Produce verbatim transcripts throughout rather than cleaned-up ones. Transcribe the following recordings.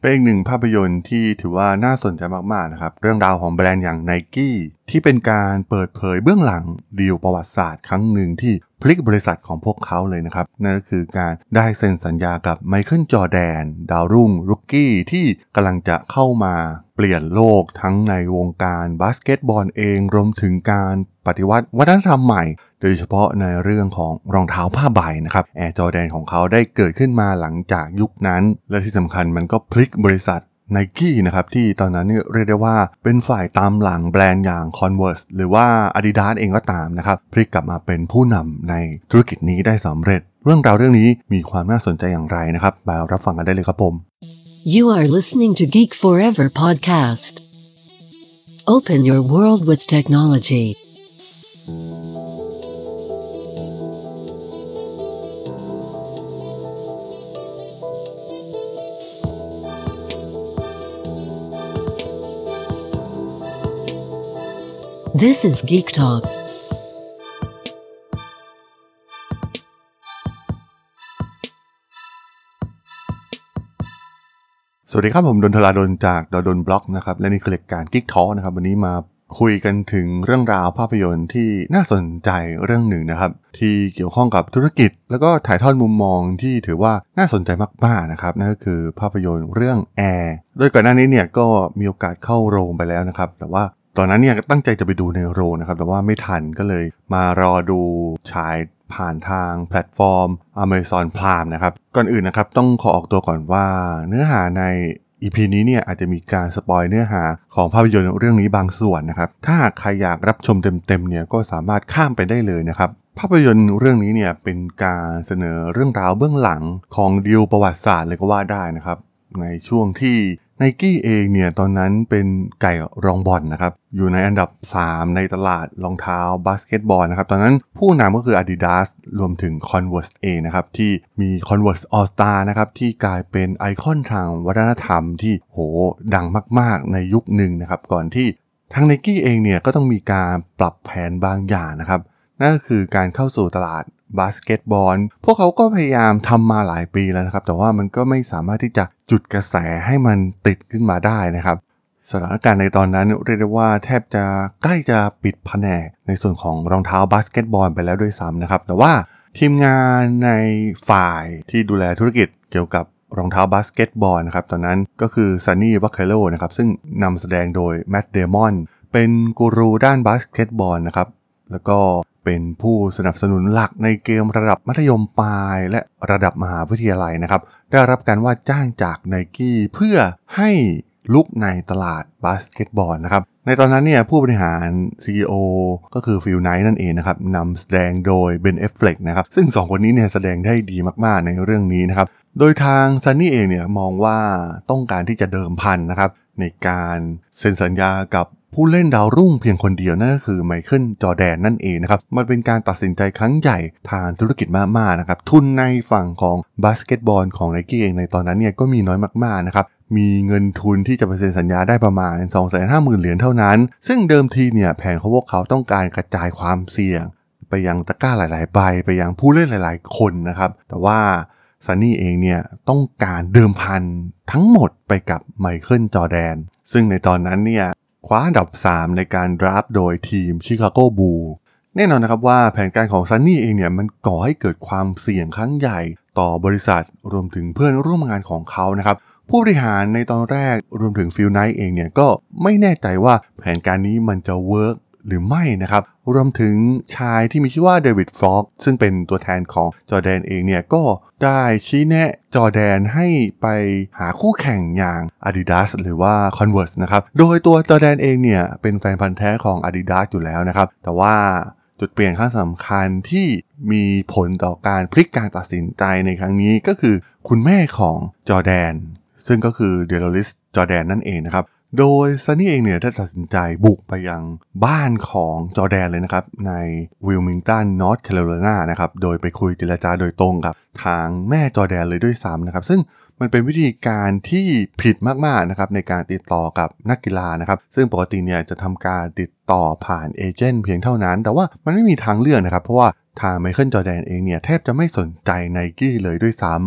เป็นอีกหนึ่งภาพยนตร์ที่ถือว่าน่าสนใจมากๆนะครับเรื่องราวของแบรนด์อย่าง Nike ที่เป็นการเปิดเผยเบื้องหลังดีลประวัติศาสตร์ครั้งหนึ่งที่พลิกบริษัทของพวกเขาเลยนะครับนั่นก็คือการได้เซ็นสัญญากับไมเคิลจอร์แดนดาวรุ่งรุกกี้ที่กำลังจะเข้ามาเปลี่ยนโลกทั้งในวงการบาสเกตบอลเองรวมถึงการปฏิวัติวัฒนธรรมใหม่โดยเฉพาะในเรื่องของรองเท้าผ้าใบนะครับแอร์จอร์แดนของเขาได้เกิดขึ้นมาหลังจากยุคนั้นและที่สำคัญมันก็พลิกบริษัทNike นะครับที่ตอนนั้นนี่เรียกได้ว่าเป็นฝ่ายตามหลังแบรนด์อย่าง Converse หรือว่า Adidas เองก็ตามนะครับพลิกกลับมาเป็นผู้นำในธุรกิจนี้ได้สำเร็จเรื่องราวเรื่องนี้มีความน่าสนใจอย่างไรนะครับมารับฟังกันได้เลยครับผม You are listening to Geek Forever podcast. Open your world with technology.This is Geek Talk. สวัสดีครับผมดนทราดลจากดนบล็อกนะครับและนี่คือรายการ Geek Talk นะครับวันนี้มาคุยกันถึงเรื่องราวภาพยนตร์ที่น่าสนใจเรื่องหนึ่งนะครับที่เกี่ยวข้องกับธุรกิจแล้วก็ถ่ายทอดมุมมองที่ถือว่าน่าสนใจมากๆนะครับนั่นก็คือภาพยนตร์เรื่อง Air โดยก่อนหน้านี้เนี่ยก็มีโอกาสเข้าโรงไปแล้วนะครับแต่ว่าตอนนั้นเนี่ยตั้งใจจะไปดูในโรงนะครับแต่ว่าไม่ทันก็เลยมารอดูฉายผ่านทางแพลตฟอร์ม Amazon Prime นะครับก่อนอื่นนะครับต้องขอออกตัวก่อนว่าเนื้อหาใน อี พี นี้เนี่ยอาจจะมีการสปอยเนื้อหาของภาพยนตร์เรื่องนี้บางส่วนนะครับถ้าหากใครอยากรับชมเต็มๆเนี่ยก็สามารถข้ามไปได้เลยนะครับภาพยนตร์เรื่องนี้เนี่ยเป็นการเสนอเรื่องราวเบื้องหลังของดีลประวัติศาสตร์เลยก็ว่าได้นะครับในช่วงที่Nike เองเนี่ยตอนนั้นเป็นไก่รองบอลนะครับอยู่ในอันดับสามในตลาดรองเท้าบาสเกตบอลนะครับตอนนั้นผู้นำก็คือ Adidas รวมถึง Converse เองนะครับที่มี Converse All Star นะครับที่กลายเป็นไอคอนทางวัฒนธรรมที่โหดังมากๆในยุคหนึ่งนะครับก่อนที่ทาง Nike เองเนี่ยก็ต้องมีการปรับแผนบางอย่างนะครับนั่นก็คือการเข้าสู่ตลาดบาสเกตบอลพวกเขาก็พยายามทำมาหลายปีแล้วนะครับแต่ว่ามันก็ไม่สามารถที่จะจุดกระแสให้มันติดขึ้นมาได้นะครับสถานการณ์ในตอนนั้นเรียกได้ว่าแทบจะใกล้จะปิดแผนกในส่วนของรองเท้าบาสเกตบอลไปแล้วด้วยซ้ำนะครับแต่ว่าทีมงานในฝ่ายที่ดูแลธุรกิจเกี่ยวกับรองเท้าบาสเกตบอลนะครับตอนนั้นก็คือซันนี่วัคเคโลนะครับซึ่งนำแสดงโดยแมทเดมอนเป็นกูรูด้านบาสเกตบอลนะครับแล้วก็เป็นผู้สนับสนุนหลักในเกมระดับมัธยมปลายและระดับมหาวิทยาลัยนะครับได้รับการว่าจ้างจาก Nike เพื่อให้ลุกในตลาดบาสเกตบอลนะครับในตอนนั้นเนี่ยผู้บริหาร ซี อี โอ ก็คือฟิลไนท์นั่นเองนะครับนำแสดงโดยเบน เอฟเฟล็กนะครับซึ่งสองคนนี้เนี่ยแสดงได้ดีมากๆในเรื่องนี้นะครับโดยทางซันนี่เองเนี่ยมองว่าต้องการที่จะเดิมพันนะครับในการเซ็นสัญญากับผู้เล่นดาวรุ่งเพียงคนเดียวนั่นก็คือไมเคิลจอร์แดนนั่นเองนะครับมันเป็นการตัดสินใจครั้งใหญ่ทางธุรกิจมากๆนะครับทุนในฝั่งของบาสเกตบอลของ Nike เองในตอนนั้นเนี่ยก็มีน้อยมากๆนะครับมีเงินทุนที่จะไปเซ็นสัญญาได้ประมาณ สองแสนห้าหมื่น เหรียญเท่านั้นซึ่งเดิมทีเนี่ยแผนของพวกเขาต้องการกระจายความเสี่ยงไปยังตะกร้าหลายๆใบไปยังผู้เล่นหลายๆคนนะครับแต่ว่าซันนี่เองเนี่ยต้องการเดิมพันทั้งหมดไปกับไมเคิลจอร์แดนซึ่งในตอนนั้นเนี่ยคว้าอันดับสามในการดราฟต์โดยทีมชิคาโกบูลส์แน่นอนนะครับว่าแผนการของซันนี่เองเนี่ยมันก่อให้เกิดความเสี่ยงครั้งใหญ่ต่อบริษัทรวมถึงเพื่อนร่วมงานของเขานะครับผู้บริหารในตอนแรกรวมถึงฟิลไนท์เองเนี่ยก็ไม่แน่ใจว่าแผนการนี้มันจะเวิร์กหรือไม่นะครับรวมถึงชายที่มีชื่อว่าเดวิดฟล็อกซึ่งเป็นตัวแทนของจอร์แดนเองเนี่ยก็ได้ชี้แนะจอร์แดนให้ไปหาคู่แข่งอย่าง Adidas หรือว่า Converse นะครับโดยตัวจอร์แดนเองเนี่ยเป็นแฟนพันธุ์แท้ของ Adidas อยู่แล้วนะครับแต่ว่าจุดเปลี่ยนครั้งสำคัญที่มีผลต่อการพลิกการตัดสินใจในครั้งนี้ก็คือคุณแม่ของจอร์แดนซึ่งก็คือเดโลริสจอร์แดนนั่นเองนะครับโดยซันนี่เองเนี่ยได้ตัดสินใจบุกไปยังบ้านของจอร์แดนเลยนะครับในวิลมิงตันนอร์ทแคโรไลนานะครับโดยไปคุยเจรจาโดยตรงกับทางแม่จอร์แดนเลยด้วยซ้ำนะครับซึ่งมันเป็นวิธีการที่ผิดมากๆนะครับในการติดต่อกับนักกีฬานะครับซึ่งปกติเนี่ยจะทำการติดต่อผ่านเอเจนต์เพียงเท่านั้นแต่ว่ามันไม่มีทางเลือกนะครับเพราะว่าทางไมเคิลจอร์แดนเองเนี่ยแทบจะไม่สนใจ Nike เลยด้วยซ้ำ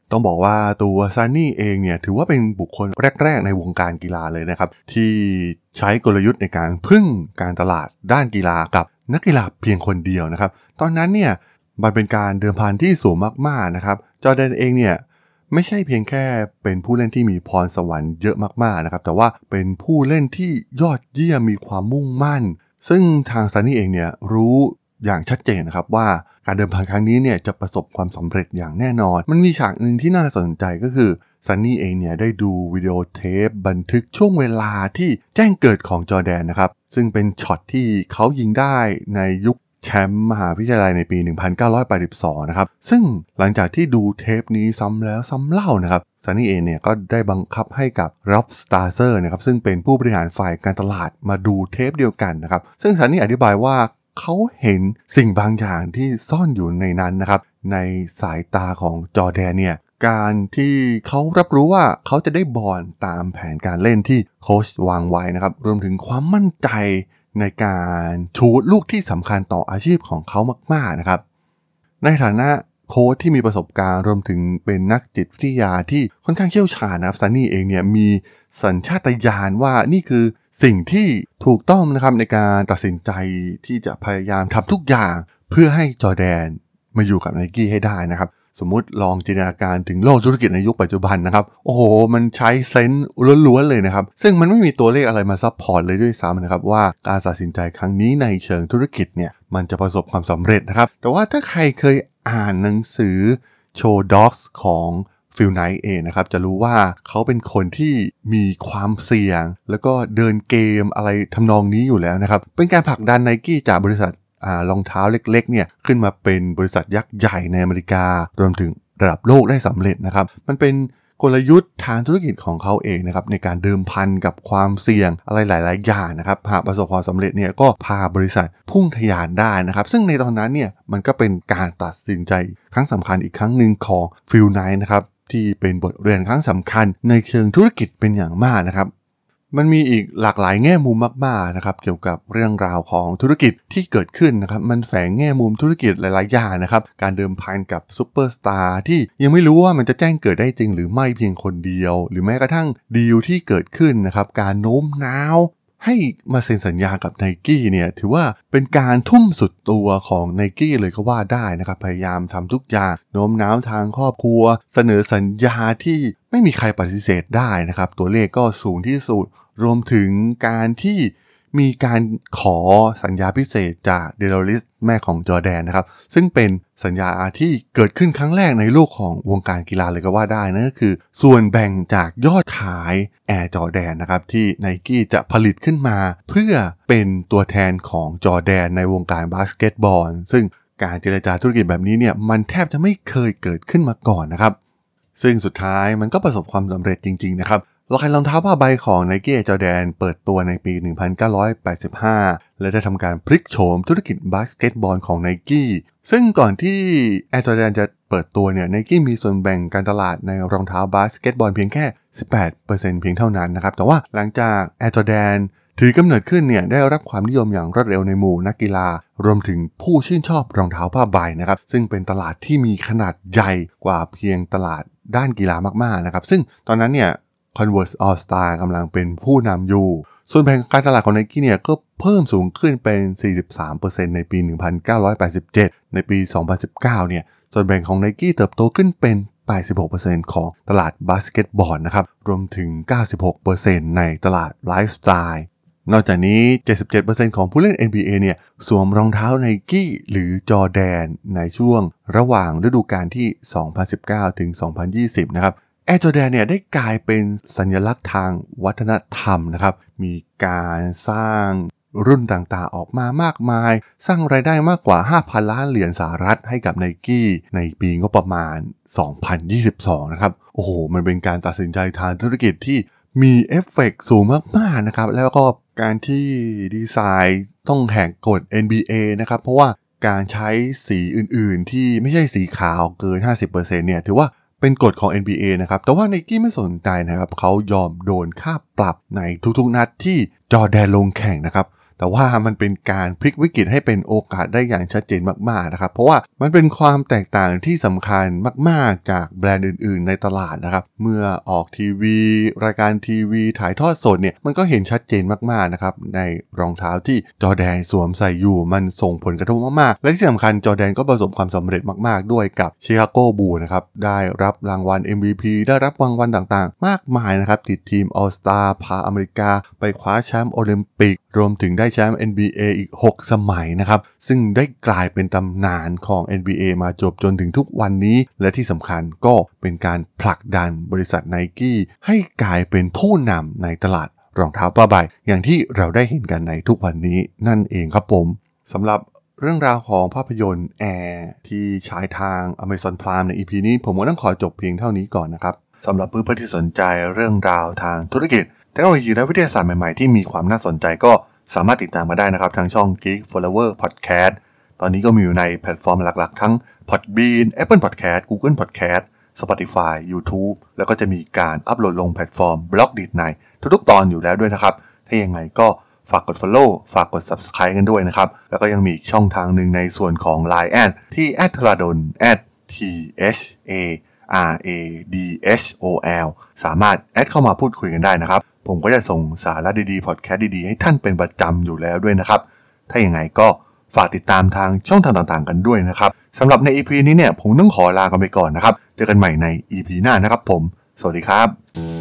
ต้องบอกว่าตัวซันนี่เองเนี่ยถือว่าเป็นบุคคลแรกๆในวงการกีฬาเลยนะครับที่ใช้กลยุทธ์ในการพึ่งการตลาดด้านกีฬากับนักกีฬาเพียงคนเดียวนะครับตอนนั้นเนี่ยมันเป็นการเดิมพันที่สูงมากๆนะครับจอร์แดนเองเนี่ยไม่ใช่เพียงแค่เป็นผู้เล่นที่มีพรสวรรค์เยอะมากๆนะครับแต่ว่าเป็นผู้เล่นที่ยอดเยี่ยมมีความมุ่งมั่นซึ่งทางซันนี่เองเนี่ยรู้อย่างชัดเจนนะครับว่าการเดิมพันครั้งนี้เนี่ยจะประสบความสำเร็จอย่างแน่นอนมันมีฉากหนึ่งที่น่าสนใจก็คือซันนี่เองเนี่ยได้ดูวิดีโอเทปบันทึกช่วงเวลาที่แจ้งเกิดของจอร์แดนนะครับซึ่งเป็นช็อตที่เขายิงได้ในยุคแชมป์มหาวิทยาลัยในปี หนึ่งพันเก้าร้อยแปดสิบสอง นะครับซึ่งหลังจากที่ดูเทปนี้ซ้ำแล้วซ้ำเล่านะครับซันนี่เองเนี่ยก็ได้บังคับให้กับร็อบสตาร์เซอร์นะครับซึ่งเป็นผู้บริหารฝ่ายการตลาดมาดูเทปเดียวกันนะครับซึ่งซันนี่อธิบายว่าเขาเห็นสิ่งบางอย่างที่ซ่อนอยู่ในนั้นนะครับในสายตาของจอร์แดนเนี่ยการที่เขารับรู้ว่าเขาจะได้บอลตามแผนการเล่นที่โค้ชวางไว้นะครับรวมถึงความมั่นใจในการชูตลูกที่สำคัญต่ออาชีพของเขามากๆนะครับในฐานะโค้ชที่มีประสบการณ์รวมถึงเป็นนักจิตวิทยาที่ค่อนข้างเชี่ยวชาญนะครับซันนี่เองเนี่ยมีสัญชาตญาณว่านี่คือสิ่งที่ถูกต้องนะครับในการตัดสินใจที่จะพยายามทำทุกอย่างเพื่อให้จอร์แดนมาอยู่กับไนกี้ให้ได้นะครับสมมุติลองจินตนาการถึงโลกธุรกิจในยุคปัจจุบันนะครับโอ้โหมันใช้เซนส์ล้วนๆเลยนะครับซึ่งมันไม่มีตัวเลขอะไรมาซัพพอร์ตเลยด้วยซ้ำนะครับว่าการตัดสินใจครั้งนี้ในเชิงธุรกิจเนี่ยมันจะประสบความสำเร็จนะครับแต่ว่าถ้าใครเคยอ่านหนังสือโชว์ด็อกส์ของฟิลไนท์เองนะครับจะรู้ว่าเขาเป็นคนที่มีความเสี่ยงแล้วก็เดินเกมอะไรทำนองนี้อยู่แล้วนะครับเป็นการผลักดัน Nike จากบริษัทอ่ารองเท้าเล็กๆเนี่ยขึ้นมาเป็นบริษัทยักษ์ใหญ่ในอเมริการวมถึงระดับโลกได้สำเร็จนะครับมันเป็นกลยุทธ์ทางธุรกิจของเขาเองนะครับในการเดิมพันกับความเสี่ยงอะไรหลายๆอย่างนะครับหากประสบความสำเร็จเนี่ยก็พาบริษัทพุ่งทะยานได้นะครับซึ่งในตอนนั้นเนี่ยมันก็เป็นการตัดสินใจครั้งสำคัญอีกครั้งหนึ่งของฟิลไนท์นะครับที่เป็นบทเรียนครั้งสำคัญในเชิงธุรกิจเป็นอย่างมากนะครับมันมีอีกหลากหลายแง่มุมมากๆนะครับเกี่ยวกับเรื่องราวของธุรกิจที่เกิดขึ้นนะครับมันแฝงแง่มุมธุรกิจหลายๆอย่างนะครับการเดิมพันกับซุปเปอร์สตาร์ที่ยังไม่รู้ว่ามันจะแจ้งเกิดได้จริงหรือไม่เพียงคนเดียวหรือแม้กระทั่งดีลที่เกิดขึ้นนะครับการโน้มน้าวให้มาเซ็นสัญญากับ Nike เนี่ยถือว่าเป็นการทุ่มสุดตัวของ Nike เลยก็ว่าได้นะครับพยายามทำทุกอย่างโน้มน้าวทางครอบครัวเสนอสัญญาที่ไม่มีใครปฏิเสธได้นะครับตัวเลขก็สูงที่สุดรวมถึงการที่มีการขอสัญญาพิเศษจากเดลอริสแม่ของจอร์แดนนะครับซึ่งเป็นสัญญาที่เกิดขึ้นครั้งแรกในโลกของวงการกีฬาเลยก็ว่าได้นั่นก็คือส่วนแบ่งจากยอดขาย Air Jordan นะครับที่ Nike จะผลิตขึ้นมาเพื่อเป็นตัวแทนของจอร์แดนในวงการบาสเกตบอลซึ่งการเจรจาธุรกิจแบบนี้เนี่ยมันแทบจะไม่เคยเกิดขึ้นมาก่อนนะครับซึ่งสุดท้ายมันก็ประสบความสำเร็จจริงๆนะครับรายรองเท้าผ้าใบของ Nike Air Jordan เปิดตัวในปี หนึ่งพันเก้าร้อยแปดสิบห้า และได้ทำการพลิกโฉมธุรกิจบาสเกตบอลของ Nike ซึ่งก่อนที่ Air Jordan จะเปิดตัวเนี่ย Nike มีส่วนแบ่งการตลาดในรองเท้าบาสเกตบอลเพียงแค่ สิบแปดเปอร์เซ็นต์ เพียงเท่านั้นนะครับแต่ว่าหลังจาก Air Jordan ถือกำเนิดขึ้นเนี่ยได้รับความนิยมอย่างรวดเร็วในหมู่นักกีฬารวมถึงผู้ชื่นชอบรองเท้าผ้าใบนะครับซึ่งเป็นตลาดที่มีขนาดใหญ่กว่าเพียงตลาดด้านกีฬามากๆนะครับซึ่งตอนนั้นเนี่ยConverse All Star กำลังเป็นผู้นำอยู่ส่วนแบ่งการตลาดของ Nike เนี่ยก็เพิ่มสูงขึ้นเป็น สี่สิบสามเปอร์เซ็นต์ ในปี หนึ่งพันเก้าร้อยแปดสิบเจ็ด ในปี สองพันสิบเก้า เนี่ยส่วนแบ่งของ Nike เติบโตขึ้นเป็น แปดสิบหกเปอร์เซ็นต์ ของตลาดบาสเกตบอลนะครับรวมถึง เก้าสิบหกเปอร์เซ็นต์ ในตลาดไลฟ์สไตล์นอกจากนี้ เจ็ดสิบเจ็ดเปอร์เซ็นต์ ของผู้เล่น เอ็น บี เอ เนี่ยสวมรองเท้า Nike หรือ Jordan ในช่วงระหว่างฤดูกาลที่ สองพันสิบเก้า ถึง สองพันยี่สิบ นะครับAir Jordan เนี่ยได้กลายเป็นสัญลักษณ์ทางวัฒนธรรมนะครับมีการสร้างรุ่นต่างๆออกมามากมายสร้างรายได้มากกว่า ห้าพัน ล้านเหรียญสหรัฐให้กับ Nike ในปีงบประมาณ สองพันยี่สิบสอง นะครับโอ้โหมันเป็นการตัดสินใจทางธุรกิจที่มีเอฟเฟกต์สูงมากๆนะครับแล้วก็การที่ดีไซน์ต้องแหกกฎ เอ็น บี เอ นะครับเพราะว่าการใช้สีอื่นๆที่ไม่ใช่สีขาวเกิน ห้าสิบเปอร์เซ็นต์ เนี่ยถือว่าเป็นกฎของ เอ็น บี เอ นะครับแต่ว่า Nike ไม่สนใจนะครับเขายอมโดนค่าปรับในทุกๆนัดที่จอร์แดนลงแข่งนะครับแต่ว่ามันเป็นการพลิกวิกฤตให้เป็นโอกาสได้อย่างชัดเจนมากๆนะครับเพราะว่ามันเป็นความแตกต่างที่สำคัญมากๆจากแบรนด์อื่นๆในตลาดนะครับเมื่อออกทีวีรายการทีวีถ่ายทอดสดเนี่ยมันก็เห็นชัดเจนมากๆนะครับในรองเท้าที่จอร์แดนสวมใส่อยู่มันส่งผลกระทบมากๆและที่สำคัญจอร์แดนก็ประสบความสำเร็จมากๆด้วยกับชิคาโกบูลส์นะครับได้รับรางวัล เอ็ม วี พี ได้รับรางวัลต่างๆมากมายนะครับติดทีม All Star พาอเมริกาไปคว้าแชมป์โอลิมปิกรวมถึงได้แชมป์ เอ็น บี เอ อีกหกสมัยนะครับซึ่งได้กลายเป็นตำนานของ เอ็น บี เอ มาจบจนถึงทุกวันนี้และที่สำคัญก็เป็นการผลักดันบริษัท Nike ให้กลายเป็นผู้นำในตลาดรองเท้าผ้าใบอย่างที่เราได้เห็นกันในทุกวันนี้นั่นเองครับผมสำหรับเรื่องราวของภาพยนตร์ Air ที่ฉายทาง Amazon Prime ใน อี พี นี้ผมก็ต้องขอจบเพียงเท่านี้ก่อนนะครับสำหรับเพื่อนๆที่สนใจเรื่องราวทางธุรกิจเทคโนโลยีและวิทยาศาสตร์ใหม่ๆที่มีความน่าสนใจก็สามารถติดตามมาได้นะครับทางช่อง Geek Flower Podcast ตอนนี้ก็มีอยู่ในแพลตฟอร์มหลักๆทั้ง Podbean Apple Podcast Google Podcast Spotify YouTube แล้วก็จะมีการอัปโหลดลงแพลตฟอร์ม Blogdit ในทุกๆตอนอยู่แล้วด้วยนะครับถ้ายังไงก็ฝากกด follow ฝากกด subscribe กันด้วยนะครับแล้วก็ยังมีอีกช่องทางหนึ่งในส่วนของ ไลน์ แอด ที่ แอท ธราดล แอท ที เอช เอ อาร์ เอ ดี เอช โอ แอล สามารถแอดเข้ามาพูดคุยกันได้นะครับผมก็จะส่งสาระดีๆพอดแคสต์ดีๆให้ท่านเป็นประจำอยู่แล้วด้วยนะครับถ้าอย่างไรก็ฝากติดตามทางช่องทางต่างๆกันด้วยนะครับสำหรับใน อี พี นี้เนี่ยผมต้องขอลากันไปก่อนนะครับเจอกันใหม่ใน อี พี หน้านะครับผมสวัสดีครับ